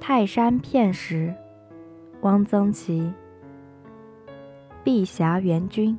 泰山片石，汪曾祺。碧霞元君。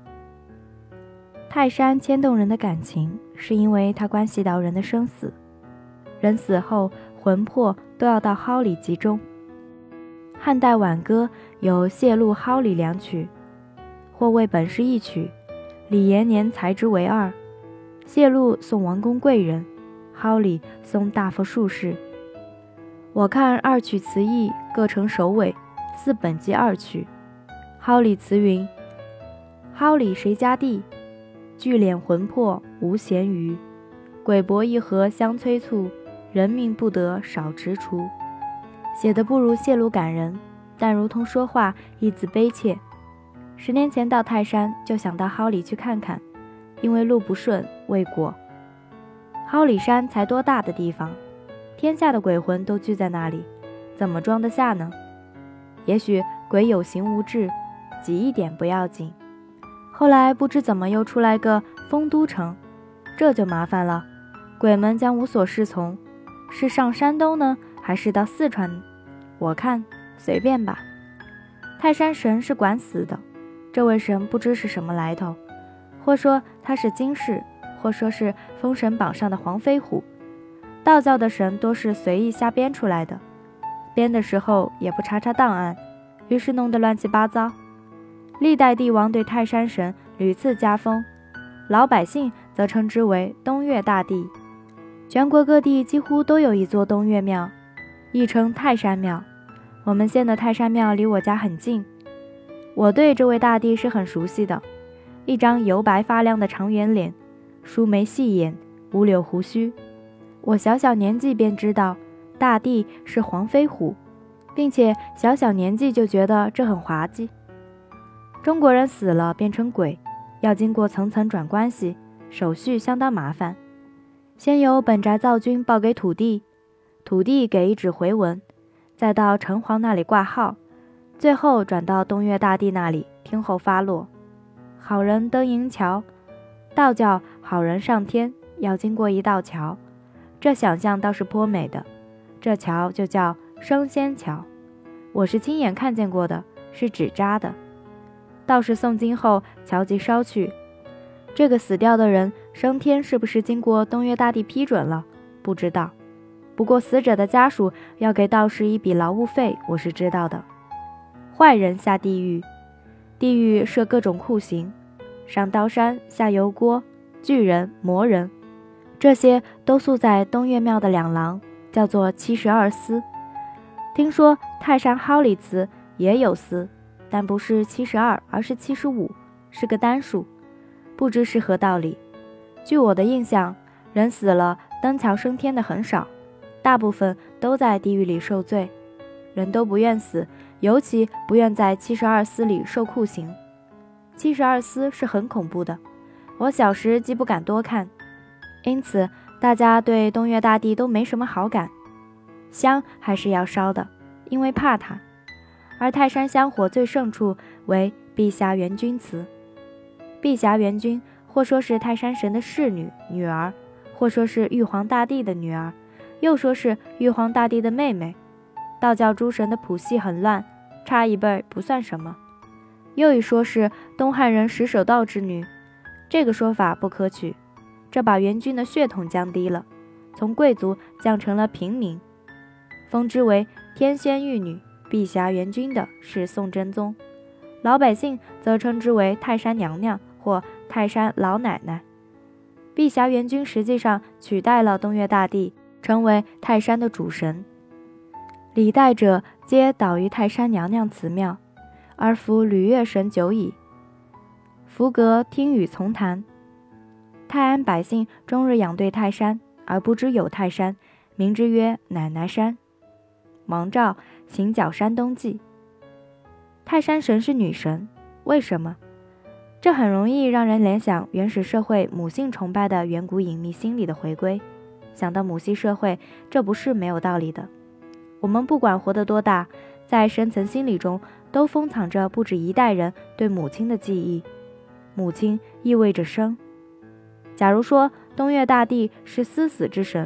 泰山牵动人的感情，是因为它关系到人的生死。人死后，魂魄都要到蒿里集中。汉代挽歌有谢露蒿里两曲，或谓本是一曲，李延年裁之为二。谢露送王公贵人，蒿里送大夫术士。我看二曲词意各成首尾，似本即二曲。蒿里词云：蒿里谁家地？聚敛魂魄无闲余。鬼帛一盒相催促，人命不得少踟蹰。写得不如谢露感人，但如同说话，意自悲切。10年前到泰山，就想到蒿里去看看，因为路不顺，未果。蒿里山才多大的地方，天下的鬼魂都聚在那里，怎么装得下呢？也许鬼有形无质，挤一点不要紧。后来不知怎么又出来个丰都城，这就麻烦了，鬼们将无所适从，是上山东呢，还是到四川？我看随便吧。泰山神是管死的，这位神不知是什么来头，或说他是金氏，或说是封神榜上的黄飞虎。道教的神多是随意瞎编出来的，编的时候也不查查档案，于是弄得乱七八糟。历代帝王对泰山神屡次加封，老百姓则称之为东岳大帝。全国各地几乎都有一座东岳庙，亦称泰山庙。我们县的泰山庙离我家很近，我对这位大帝是很熟悉的。一张油白发亮的长圆脸，梳眉细眼，五绺胡须。我小小年纪便知道大帝是黄飞虎，并且小小年纪就觉得这很滑稽。中国人死了变成鬼，要经过层层转关系，手续相当麻烦。先由本宅灶君报给土地，土地给一纸回文，再到城隍那里挂号，最后转到东岳大帝那里听候发落。好人登营桥，道教好人上天要经过一道桥，这想象倒是颇美的，这桥就叫升仙桥。我是亲眼看见过的，是纸扎的。道士诵经后，桥即烧去。这个死掉的人升天是不是经过东岳大帝批准了？不知道。不过死者的家属要给道士一笔劳务费，我是知道的。坏人下地狱，地狱设各种酷刑，上刀山，下油锅，巨人、魔人，这些都宿在东岳庙的两廊，叫做72司。听说泰山蒿里祠也有司，但不是72，而是75，是个单数，不知是何道理。据我的印象，人死了登桥升天的很少，大部分都在地狱里受罪。人都不愿死，尤其不愿在72司里受酷刑。72司是很恐怖的，我小时既不敢多看，因此大家对东岳大帝都没什么好感。香还是要烧的，因为怕他。而泰山香火最盛处为碧霞元君祠。碧霞元君或说是泰山神的侍女、女儿，或说是玉皇大帝的女儿，又说是玉皇大帝的妹妹。道教诸神的谱系很乱，差一辈不算什么。又一说是东汉人石守道之女，这个说法不可取，这把元君的血统降低了，从贵族降成了平民。封之为天仙玉女碧霞元君的是宋真宗，老百姓则称之为泰山娘娘或泰山老奶奶。碧霞元君实际上取代了东岳大帝，成为泰山的主神。礼待者皆倒于泰山娘娘祠庙，而服吕乐神久矣。福阁听雨从谈。泰安百姓终日仰对泰山，而不知有泰山，名之曰奶奶山。王照《行脚山东记》。泰山神是女神，为什么？这很容易让人联想原始社会母性崇拜的远古隐秘心理的回归。想到母系社会，这不是没有道理的。我们不管活得多大，在深层心理中都封藏着不止一代人对母亲的记忆。母亲意味着生。假如说东岳大帝是思死之神，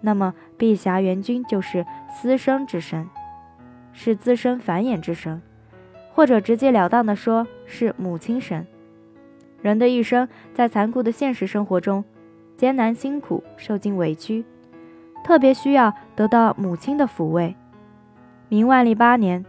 那么碧霞元君就是私生之神，是滋生繁衍之神，或者直截了当地说是母亲神。人的一生在残酷的现实生活中艰难辛苦，受尽委屈，特别需要得到母亲的抚慰。明万历8年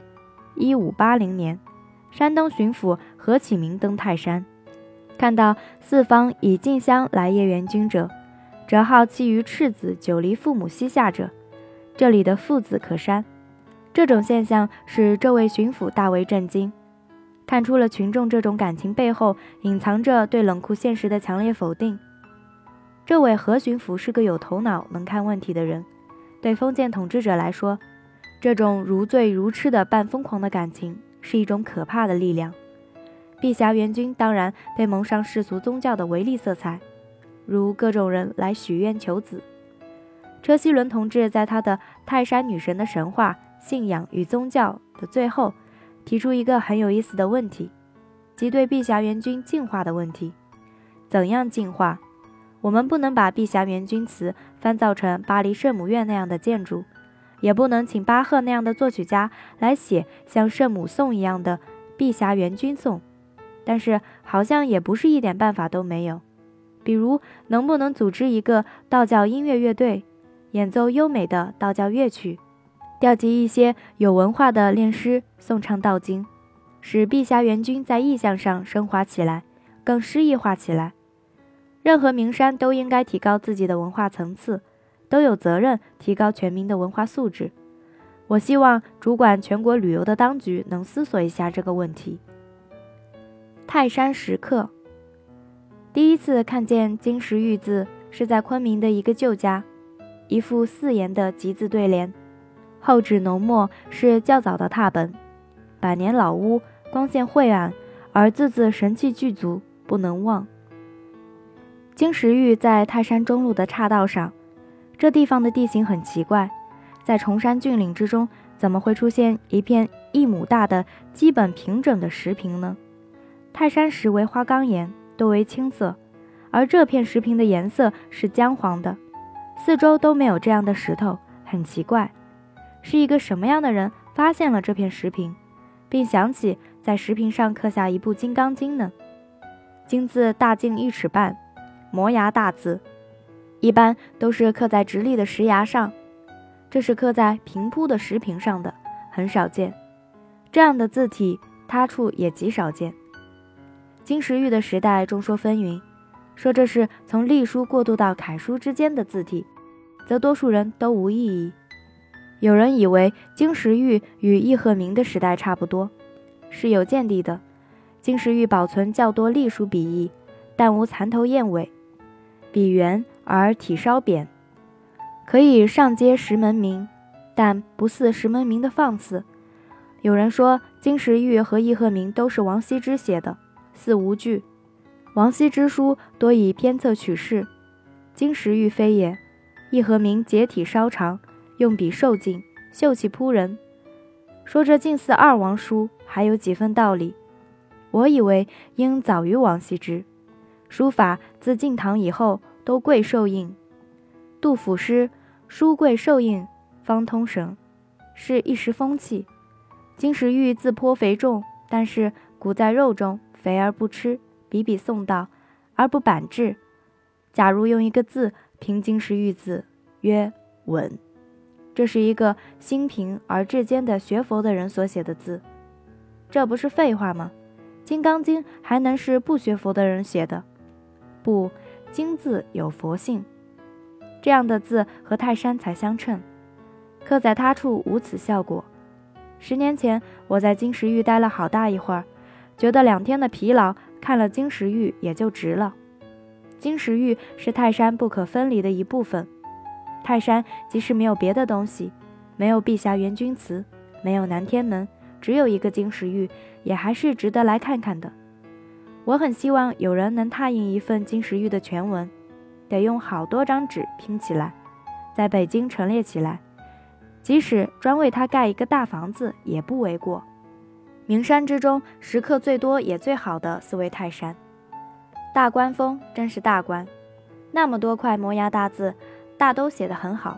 1580年，山东巡抚何启明登泰山，看到四方以进香来谒元君者，则好弃于赤子久离父母膝下者，这里的父子可删。这种现象使这位巡抚大为震惊，看出了群众这种感情背后隐藏着对冷酷现实的强烈否定。这位何巡抚是个有头脑能看问题的人，对封建统治者来说，这种如醉如痴的半疯狂的感情是一种可怕的力量。碧霞元君当然被蒙上世俗宗教的唯利色彩，如各种人来许愿求子。车希伦同志在他的《泰山女神的神话、信仰与宗教》的最后提出一个很有意思的问题，即对碧霞元君进化的问题。怎样进化？我们不能把碧霞元君祠翻造成巴黎圣母院那样的建筑，也不能请巴赫那样的作曲家来写像圣母颂一样的碧霞元君颂，但是好像也不是一点办法都没有。比如能不能组织一个道教音乐乐队，演奏优美的道教乐曲，调集一些有文化的练诗诵唱道经，使碧霞元君在意象上升华起来，更诗意化起来。任何名山都应该提高自己的文化层次，都有责任提高全民的文化素质。我希望主管全国旅游的当局能思索一下这个问题。泰山石刻，第一次看见金石玉字是在昆明的一个旧家，一副4言的吉字对联，后纸浓墨，是较早的拓本，百年老屋，光线晦暗，而字字神气具足，不能忘。金石玉在泰山中路的岔道上，这地方的地形很奇怪，在崇山峻岭之中，怎么会出现一片1亩大的基本平整的石坪呢？泰山石为花岗岩，多为青色，而这片石坪的颜色是姜黄的，四周都没有这样的石头，很奇怪。是一个什么样的人发现了这片石坪，并想起在石坪上刻下一部《金刚经》呢？金字大径1尺半，摩崖大字，一般都是刻在直立的石崖上，这是刻在平铺的石坪上的，很少见。这样的字体他处也极少见。金石玉的时代众说纷纭，说这是从隶书过渡到楷书之间的字体，则多数人都无异议。有人以为金石玉与易鹤鸣的时代差不多，是有见地的。金石玉保存较多隶书笔意，但无蚕头燕尾，笔圆而体稍扁，可以上接石门铭，但不似石门铭的放肆。有人说金石玉和易鹤鸣都是王羲之写的，似无据。王羲之书多以偏侧取士，金石玉非也。易鹤鸣结体稍长，用笔瘦劲，秀气扑人。说这近似二王书，还有几分道理。我以为应早于王羲之。书法自晋唐以后都贵受印，杜甫诗书贵受印方通神，是一时风气。金石玉自颇肥重，但是骨在肉中，肥而不吃，笔笔送道而不板滞。假如用一个字评金石玉字，曰稳。这是一个心平而志坚的学佛的人所写的字，这不是废话吗？金刚经还能是不学佛的人写的？不，金字有佛性，这样的字和泰山才相称，刻在他处无此效果。10年前我在金石玉待了好大一会儿，觉得2天的疲劳看了金石玉也就值了。金石玉是泰山不可分离的一部分，泰山即使没有别的东西，没有碧霞元君祠，没有南天门，只有一个金石玉，也还是值得来看看的。我很希望有人能拓印一份金石玉的全文，得用好多张纸拼起来，在北京陈列起来，即使专为他盖一个大房子也不为过。名山之中石刻最多也最好的四为泰山。大观峰真是大观，那么多块摩崖大字，大都写得很好，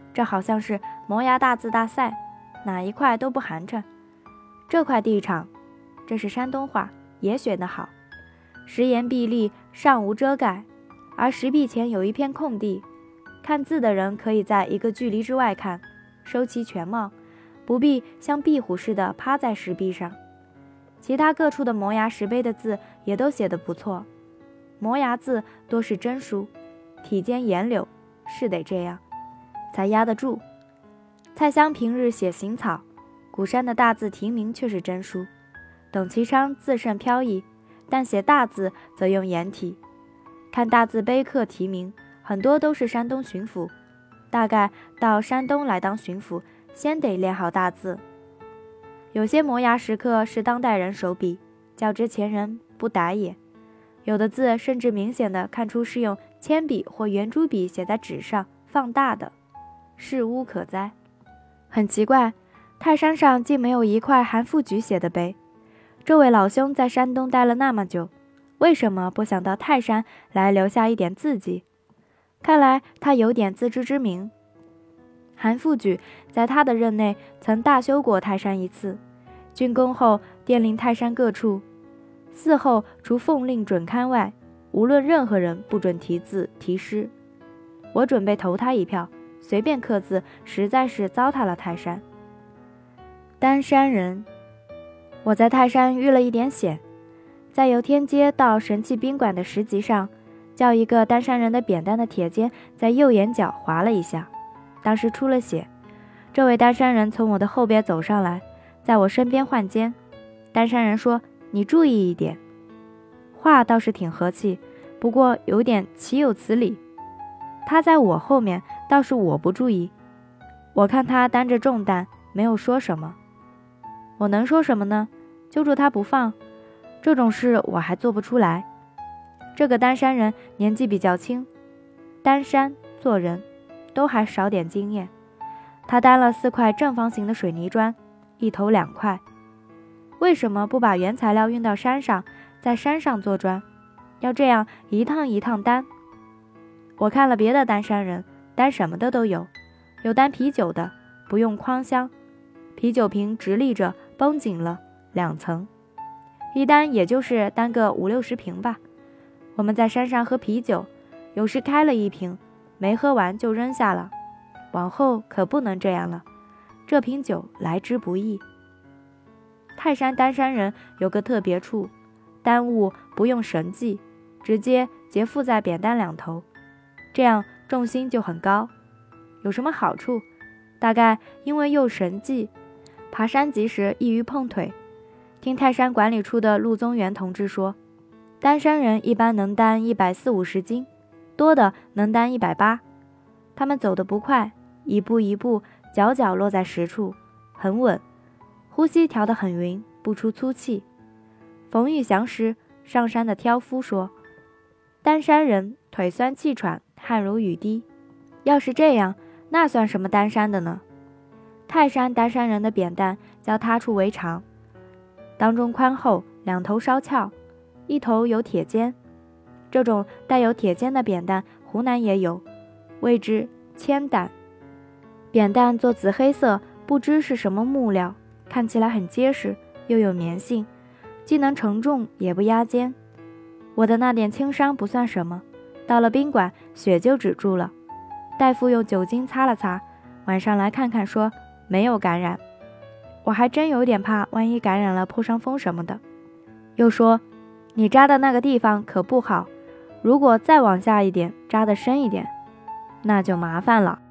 这好像是磨牙大字大赛，哪一块都不寒碜。这块地场，这是山东话，也选得好。石岩壁立，上无遮盖，而石壁前有一片空地，看字的人可以在一个距离之外看，收其全貌，不必像壁虎似的趴在石壁上。其他各处的磨牙石碑的字也都写得不错，磨牙字多是真书，体尖严柳，是得这样才压得住。蔡襄平日写行草，古山的大字题名却是真书。董其昌字甚飘逸，但写大字则用颜体。看大字碑刻题名，很多都是山东巡抚，大概到山东来当巡抚，先得练好大字。有些磨牙石刻是当代人手笔，较之前人不逮也。有的字甚至明显的看出是用铅笔或圆珠笔写在纸上放大的，是无可哉。很奇怪，泰山上竟没有一块韩复榘写的碑。这位老兄在山东待了那么久，为什么不想到泰山来留下一点字迹？看来他有点自知之明。韩复榘在他的任内曾大修过泰山一次，竣工后电令泰山各处，嗣后除奉令准刊外，无论任何人不准题字题诗。我准备投他一票，随便刻字实在是糟蹋了泰山。丹山人，我在泰山遇了一点险，在由天街到神器宾馆的石级上，叫一个丹山人的扁担的铁尖在右眼角划了一下，当时出了血。这位丹山人从我的后边走上来，在我身边换肩。丹山人说：“你注意一点。”话倒是挺和气，不过有点岂有此理。他在我后面，倒是我不注意。我看他担着重担，没有说什么。我能说什么呢？揪住他不放，这种事我还做不出来。这个丹山人年纪比较轻，丹山做人都还少点经验。他担了4块正方形的水泥砖，一头2块。为什么不把原材料运到山上，在山上做砖？要这样一趟一趟担。我看了别的丹山人，担什么的都有，有担啤酒的，不用筐箱，啤酒瓶直立着绷紧了2层，一担也就是担个50-60瓶吧。我们在山上喝啤酒，有时开了1瓶，没喝完就扔下了，往后可不能这样了，这瓶酒来之不易。泰山丹山人有个特别处，担物不用绳系，直接结附在扁担2头，这样重心就很高。有什么好处？大概因为用绳系，爬山级时易于碰腿。听泰山管理处的陆宗元同志说，丹山人一般能担140-150斤，多的能担180。他们走得不快，一步一步，脚脚落在实处，很稳，呼吸调得很匀，不出粗气。冯玉祥师上山的挑夫说，丹山人腿酸气喘，汗如雨滴。要是这样，那算什么丹山的呢？泰山丹山人的扁担较他处为长，当中宽厚，2头稍翘，一头有铁尖。这种带有铁尖的扁担湖南也有，谓之铅担。扁担做紫黑色，不知是什么木料，看起来很结实，又有粘性，既能承重也不压肩。我的那点轻伤不算什么，到了宾馆血就止住了，大夫用酒精擦了擦，晚上来看看说没有感染。我还真有点怕万一感染了破伤风什么的。又说你扎的那个地方可不好，如果再往下一点，扎得深一点，那就麻烦了。